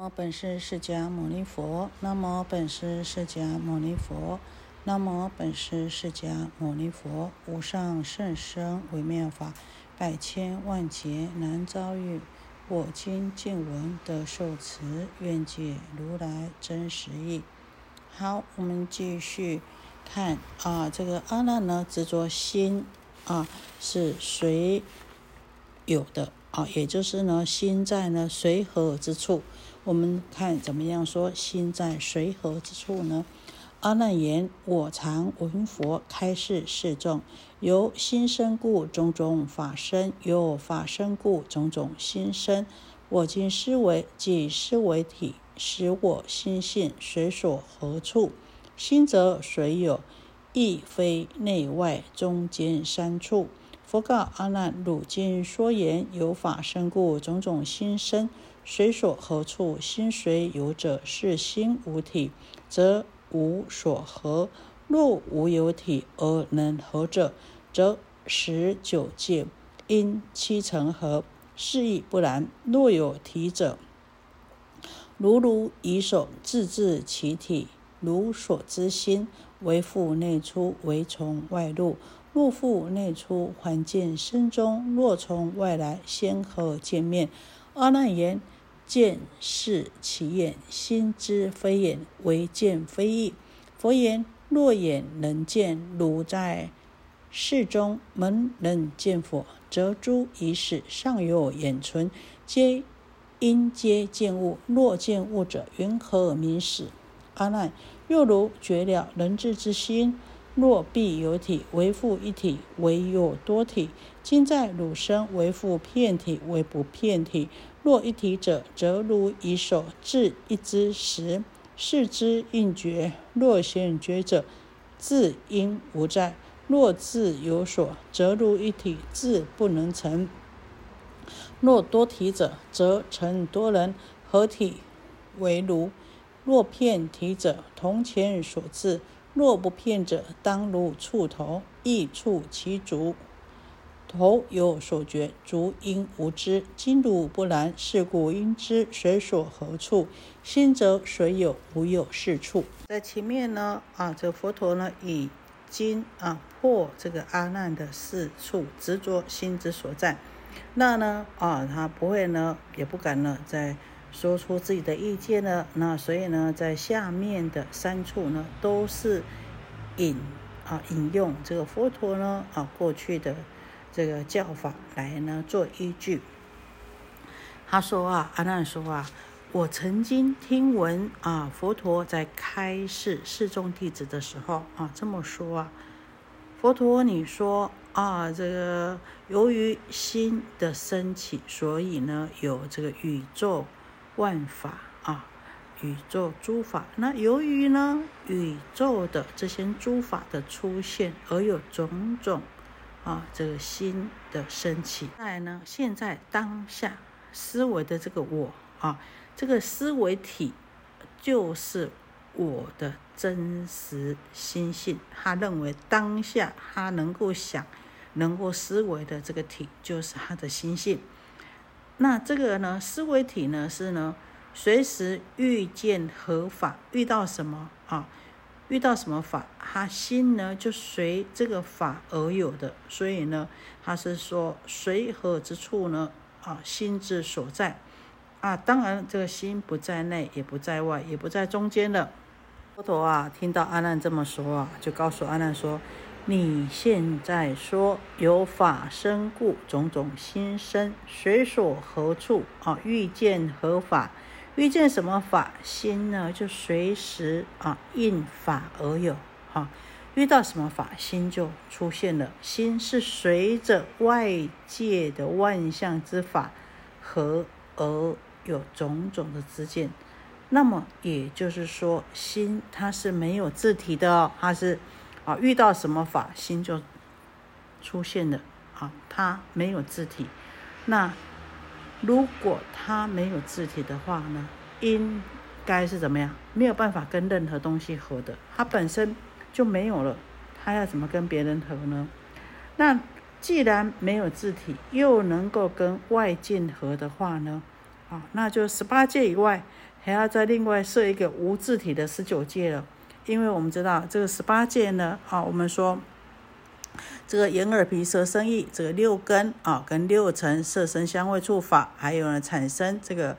本师释迦牟尼佛，南无本师释迦牟尼佛，南无本师释迦牟尼佛。无上甚深微妙法，百千万劫难遭遇。我今见闻得受持，愿解如来真实义。好，我们继续看这个阿难呢，执着心是随有的也就是呢，心在呢随和之处。我们看怎么样说心在随和之处呢？阿难言：我常闻佛开示示众，由心生故种种法生，由法生故种种心生。我今思维，即思维体，使我心性随所何处。心则随有，亦非内外中间三处。佛告阿难：汝今说言有法生故种种心生，随所何处？心随有者，是心无体，则无所合。若无有体而能合者，则十九界因七成合。是亦不然。若有体者，如以手自治其体，如所知心，为复内出，为从外入。若复内出，还见身中；若从外来，先合见面。阿难言：见是其眼，心之非眼，唯见非义。佛言：若眼能见，汝在世中门能见佛，则诸一事尚有眼存，皆见物。若见物者，云何名死？阿难：又如觉了人智之心，若必有体，为复一体，为有多体。今在汝身，为复片体，为不片体。若一体者，则如以手治一之时，是之应觉。若显觉者，自应无在。若自有所，则如一体，自不能成。若多体者，则成多人，合体为如。若片体者，同前所至。若不片者，当如触头，亦触其足。头有所觉，足应无知。今汝不然，是故应知随所何处。心则随有，无有是处。在前面呢这个佛陀呢已经破这个阿难的四处执着心之所在。那呢他不会呢，也不敢呢再说出自己的意见了。那所以呢，在下面的三处呢，都是引用这个佛陀呢过去的这个教法来呢做依据。他说阿难说我曾经听闻佛陀在开示示众弟子的时候这么说佛陀你说这个由于心的升起，所以呢有这个宇宙万法宇宙诸法。那由于呢宇宙的这些诸法的出现，而有种种这个心的升起。现在当下思维的这个我这个思维体就是我的真实心性。他认为当下他能够想能够思维的这个体就是他的心性。那这个呢思维体呢是呢随时遇见何法，遇到什么遇到什么法，他心呢就随这个法而有的。所以呢他是说随何之处呢心之所在当然这个心不在内，也不在外，也不在中间了。佛陀听到阿难这么说就告诉阿难说：你现在说有法生故种种心生，随所何处遇见何法，遇见什么法，心呢就随时应法而有遇到什么法，心就出现了。心是随着外界的万象之法合而有种种的知见。那么也就是说，心它是没有自体的它是遇到什么法，心就出现了它没有自体。那如果它没有自体的话呢，应该是怎么样？没有办法跟任何东西合的，它本身就没有了，它要怎么跟别人合呢？那既然没有自体，又能够跟外境合的话呢那就18界以外还要再另外设一个无自体的19界了。因为我们知道这个18界呢，我们说这个眼耳鼻舌身意这个6根跟6尘色声香味触法，还有呢产生这个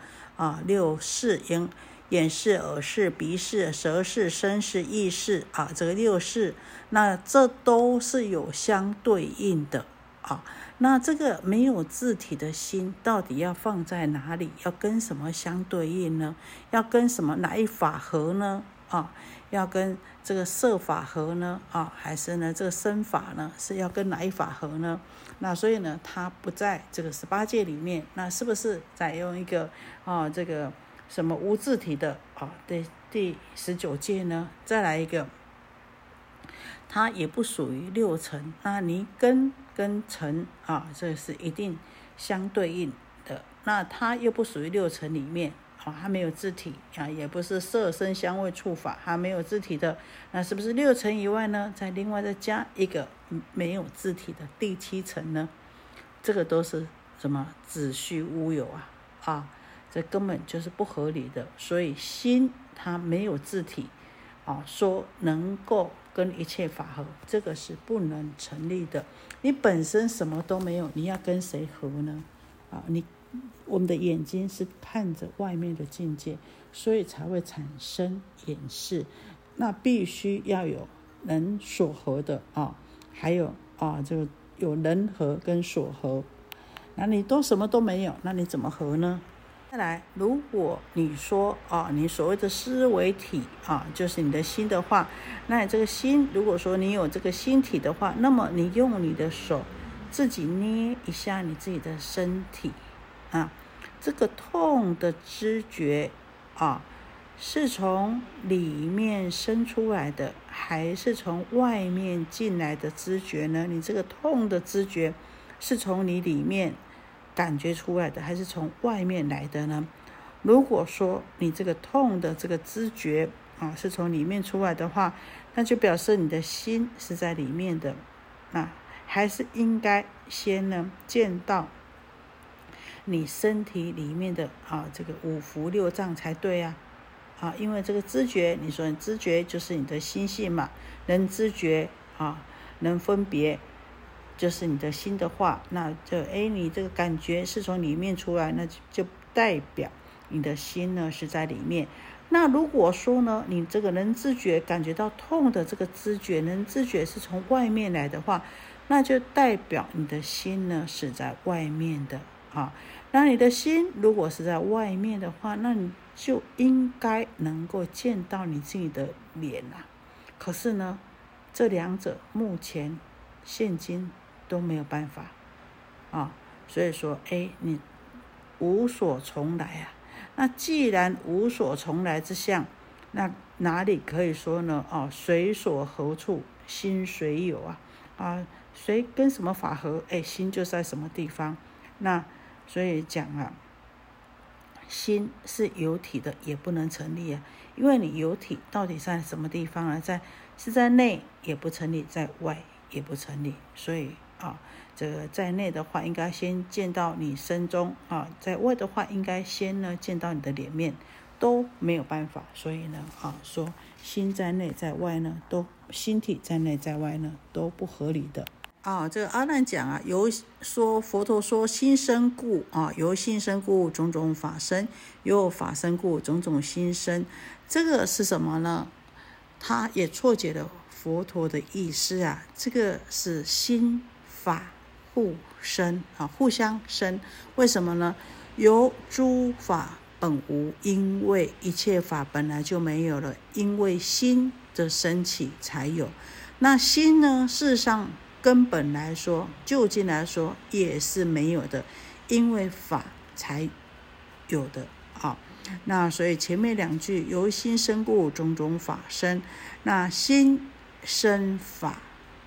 6识，眼识、耳识、鼻识、舌识、身识、意识这个6识，那这都是有相对应的那这个没有自体的心到底要放在哪里？要跟什么相对应呢？要跟什么哪一法合呢？要跟这个色法合呢？还是呢这个身法呢？是要跟哪一法合呢？那所以呢它不在这个18界里面，那是不是再用一个这个什么无自体的第19界呢？再来一个，它也不属于6尘，那你跟尘这是一定相对应的，那它又不属于6尘里面它没有自体也不是色声香味触法，它没有自体的，那是不是6尘以外呢再另外再加一个没有自体的第7尘呢？这个都是什么子虚乌有这根本就是不合理的。所以心它没有自体说能够跟一切法合，这个是不能成立的。你本身什么都没有，你要跟谁合呢？我们的眼睛是看着外面的境界，所以才会产生眼识。那必须要有能所合的还有这个有能合跟所合。那你都什么都没有，那你怎么合呢？再来，如果你说你所谓的思维体就是你的心的话，那你这个心，如果说你有这个心体的话，那么你用你的手自己捏一下你自己的身体这个痛的知觉是从里面生出来的，还是从外面进来的知觉呢？你这个痛的知觉是从你里面感觉出来的，还是从外面来的呢？如果说你这个痛的这个知觉是从里面出来的话，那就表示你的心是在里面的。那还是应该先呢见到你身体里面的这个五腑六脏才对因为这个知觉，你说你知觉就是你的心性嘛，能知觉能分别就是你的心的话，那就你这个感觉是从里面出来，那就代表你的心呢是在里面。那如果说呢你这个能知觉感觉到痛的这个知觉能知觉是从外面来的话，那就代表你的心呢是在外面的那你的心如果是在外面的话，那你就应该能够见到你自己的脸可是呢这两者目前现今都没有办法所以说你无所从来那既然无所从来之相，那哪里可以说呢随所何处心随有谁跟什么法合心就在什么地方。那所以讲心是有体的也不能成立因为你有体到底在什么地方是在内也不成立，在外也不成立。所以这个在内的话应该先见到你身中在外的话应该先呢见到你的脸面，都没有办法。所以呢说心在内在外呢都心体在内在外呢都不合理的这个阿难讲由说佛陀说心生故由心生故种种法生，由法生故种种心生。这个是什么呢？他也错解了佛陀的意思这个是心法互生互相生。为什么呢？由诸法本无，因为一切法本来就没有了，因为心的升起才有。那心呢事实上根本来说究竟来说也是没有的，因为法才有的那所以前面两句由心生故种种法生，那心生法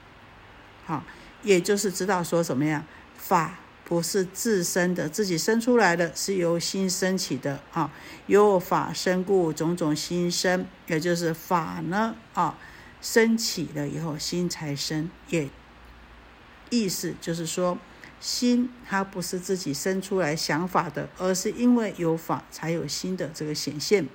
也就是知道说什么样，法不是自身的，自己生出来的，是由心升起的由法生故种种心生，也就是法呢升起了以后心才生，也意思就是说心它不是自己生出来想法的，而是因为有法才有心的这个显现。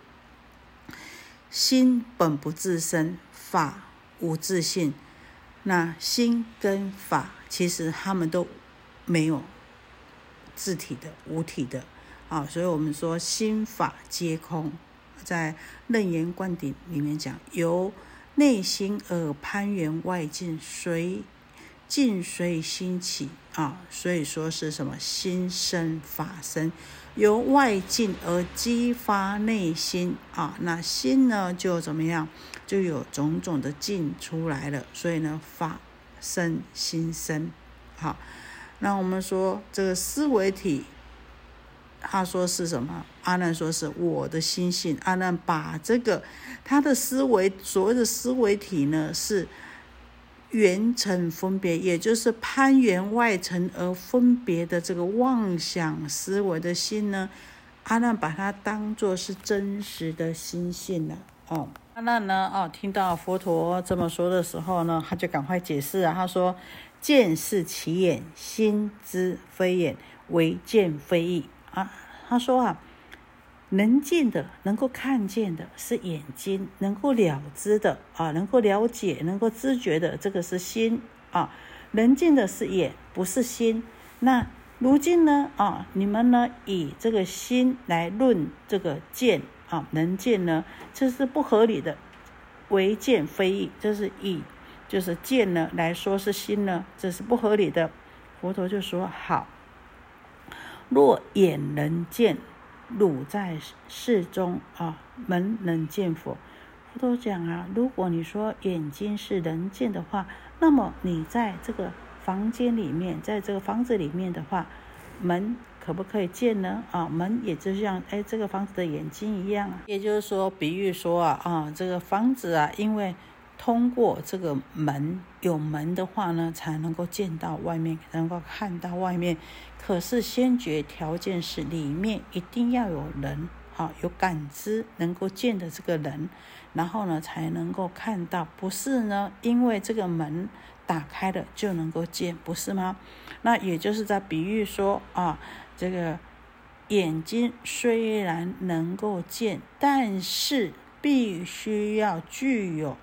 心本不自生，法无自性。那心跟法其实他们都没有自体的，无体的所以我们说心法皆空。在楞严观顶里面讲，由内心而攀缘外境，境随心起所以说是什么？心生法生，由外境而激发内心那心呢就怎么样？就有种种的境出来了。所以呢，法生心生。好，那我们说这个思维体，他说是什么？阿难说是我的心性。阿难把这个他的思维，所谓的思维体呢，是缘尘分别，也就是攀缘外尘而分别的这个妄想思维的心呢，阿难把它当作是真实的心性了。阿难呢听到佛陀这么说的时候呢，他就赶快解释他说：见是其眼，心之非眼，唯见非义。他说能见的，能够看见的是眼睛，能够了知的能够了解，能够知觉的，这个是心能见的是眼，不是心。那如今呢你们呢以这个心来论这个见能见呢，这是不合理的，唯见非义。这是以就是见呢来说是心呢，这是不合理的。佛陀就说好，若眼能见，汝在世中门能见佛。佛陀讲如果你说眼睛是能见的话，那么你在这个房间里面，在这个房子里面的话，门可不可以见呢？门也就像这个房子的眼睛一样也就是说，比喻说这个房子因为通过这个门，有门的话呢，才能够见到外面，能够看到外面。可是先决条件是里面一定要有人有感知能够见的这个人，然后呢才能够看到，不是呢因为这个门打开了就能够见，不是吗？那也就是在比喻说这个眼睛虽然能够见，但是必须要具有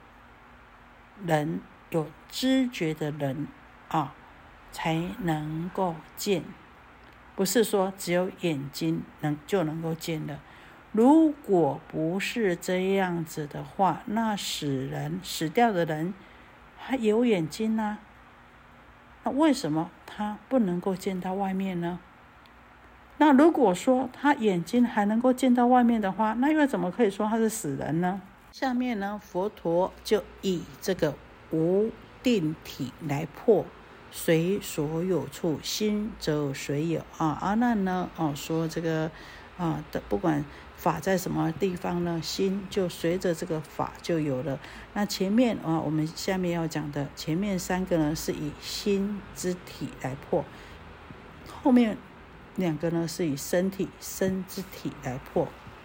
人，有知觉的人才能够见，不是说只有眼睛就能够见的。如果不是这样子的话，那死掉的人他有眼睛那为什么他不能够见到外面呢？那如果说他眼睛还能够见到外面的话，那又怎么可以说他是死人呢？下面呢，佛陀就以这个无定体来破随所有处，心则随有阿难呢说这个不管法在什么地方呢，心就随着这个法就有了。那前面我们下面要讲的前面三个呢，是以心之体来破，后面两个呢是以身之体来破。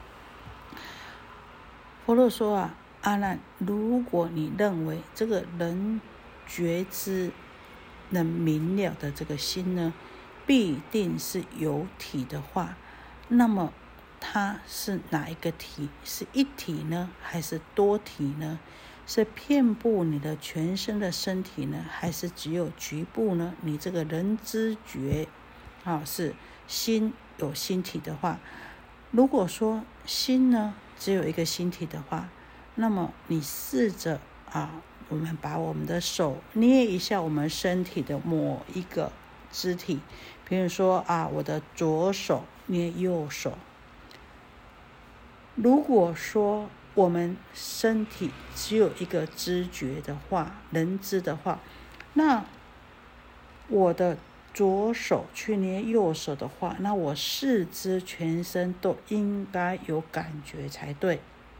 佛陀说阿难，如果你认为这个人觉知能明了的这个心呢，必定是有体的话，那么它是哪一个体？是一体呢，还是多体呢？是遍布你的全身的身体呢，还是只有局部呢？你这个人知觉是心有心体的话，如果说心呢只有一个心体的话，那么你试着我们把我们的手捏一下我们身体的某一个肢体，比如说我的左手捏右手。如果说我们身体只有一个知觉的话，人知的话，那我的左手去捏右手的话，那我四肢全身都应该有感觉才对。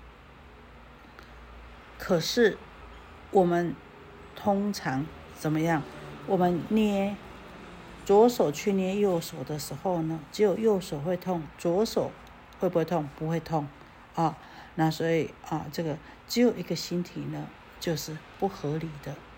可是我们通常怎么样？我们捏左手去捏右手的时候呢，只有右手会痛，左手会不会痛？不会痛那所以这个只有一个心体呢，就是不合理的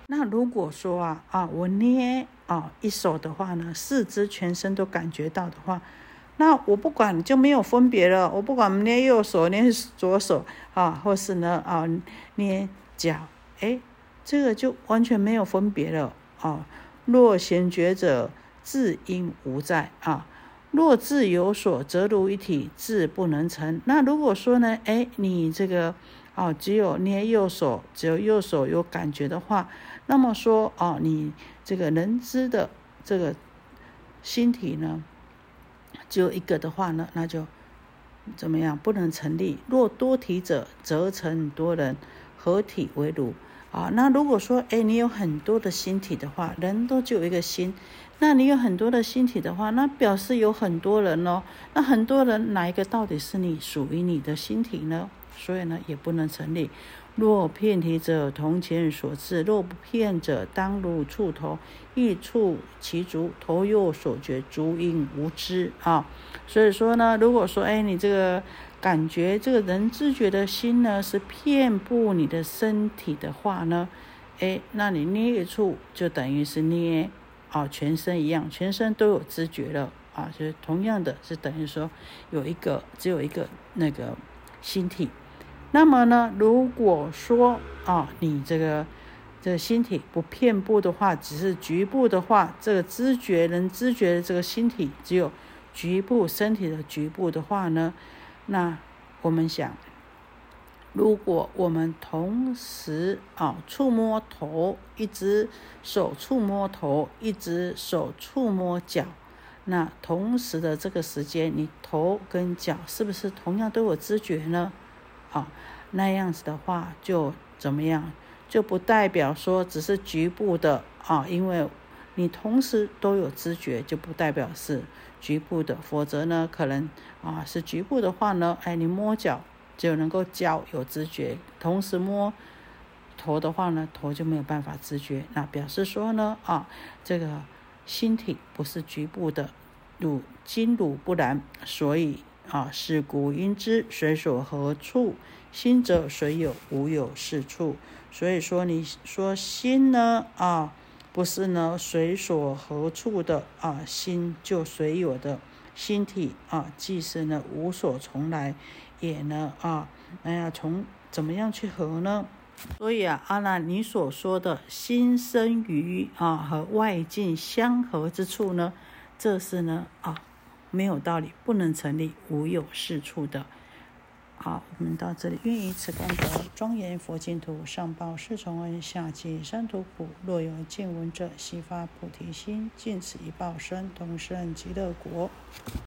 那如果说我捏一手的话呢，四肢全身都感觉到的话，那我不管就没有分别了，我不管捏右手捏左手或是呢捏脚，这个就完全没有分别了若闲觉者，自应无在若自有所，则如一体，自不能成。那如果说呢你这个只有捏右手，只有右手有感觉的话，那么说你这个人知的这个心体呢只有一个的话呢，那就怎么样不能成立。若多体者，则成多人，合体为如那如果说你有很多的心体的话，人都只有一个心，那你有很多的心体的话，那表示有很多人咯。那很多人哪一个到底是你属于你的心体呢？所以呢也不能成立。若遍体者，同前所致；若不遍者，当如触头，亦触其足，头右所觉，足应无知所以说呢，如果说你这个感觉这个人知觉的心呢是遍布你的身体的话呢，那你捏一处就等于是捏全身一样，全身都有知觉了就是同样的是等于说只有一个那个心体。那么呢，如果说你这个心体不遍布的话，只是局部的话，这个人知觉的这个心体只有局部身体的局部的话呢，那我们想，如果我们同时触摸头，一只手触摸头，一只手触摸脚，那同时的这个时间，你头跟脚是不是同样都有知觉呢？那样子的话就怎么样，就不代表说只是局部的因为你同时都有知觉，就不代表是局部的，否则呢可能是局部的话呢你摸脚只有能够脚有知觉，同时摸头的话呢，头就没有办法知觉，那表示说呢这个心体不是局部的，筋乳不然，所以是故应知随所何处，心则随有，无有是处。所以说你说心呢不是呢随所何处的心就随有的心体既是呢无所从来，也呢从怎么样去合呢？所以阿难，你所说的心生于和外境相合之处呢，这是呢没有道理，不能成立，无有是处的。好，我们到这里。愿以此功德，庄严佛净土，上报四重恩，下济三途苦。若有见闻者，悉发菩提心，尽此一报身，同生极乐国。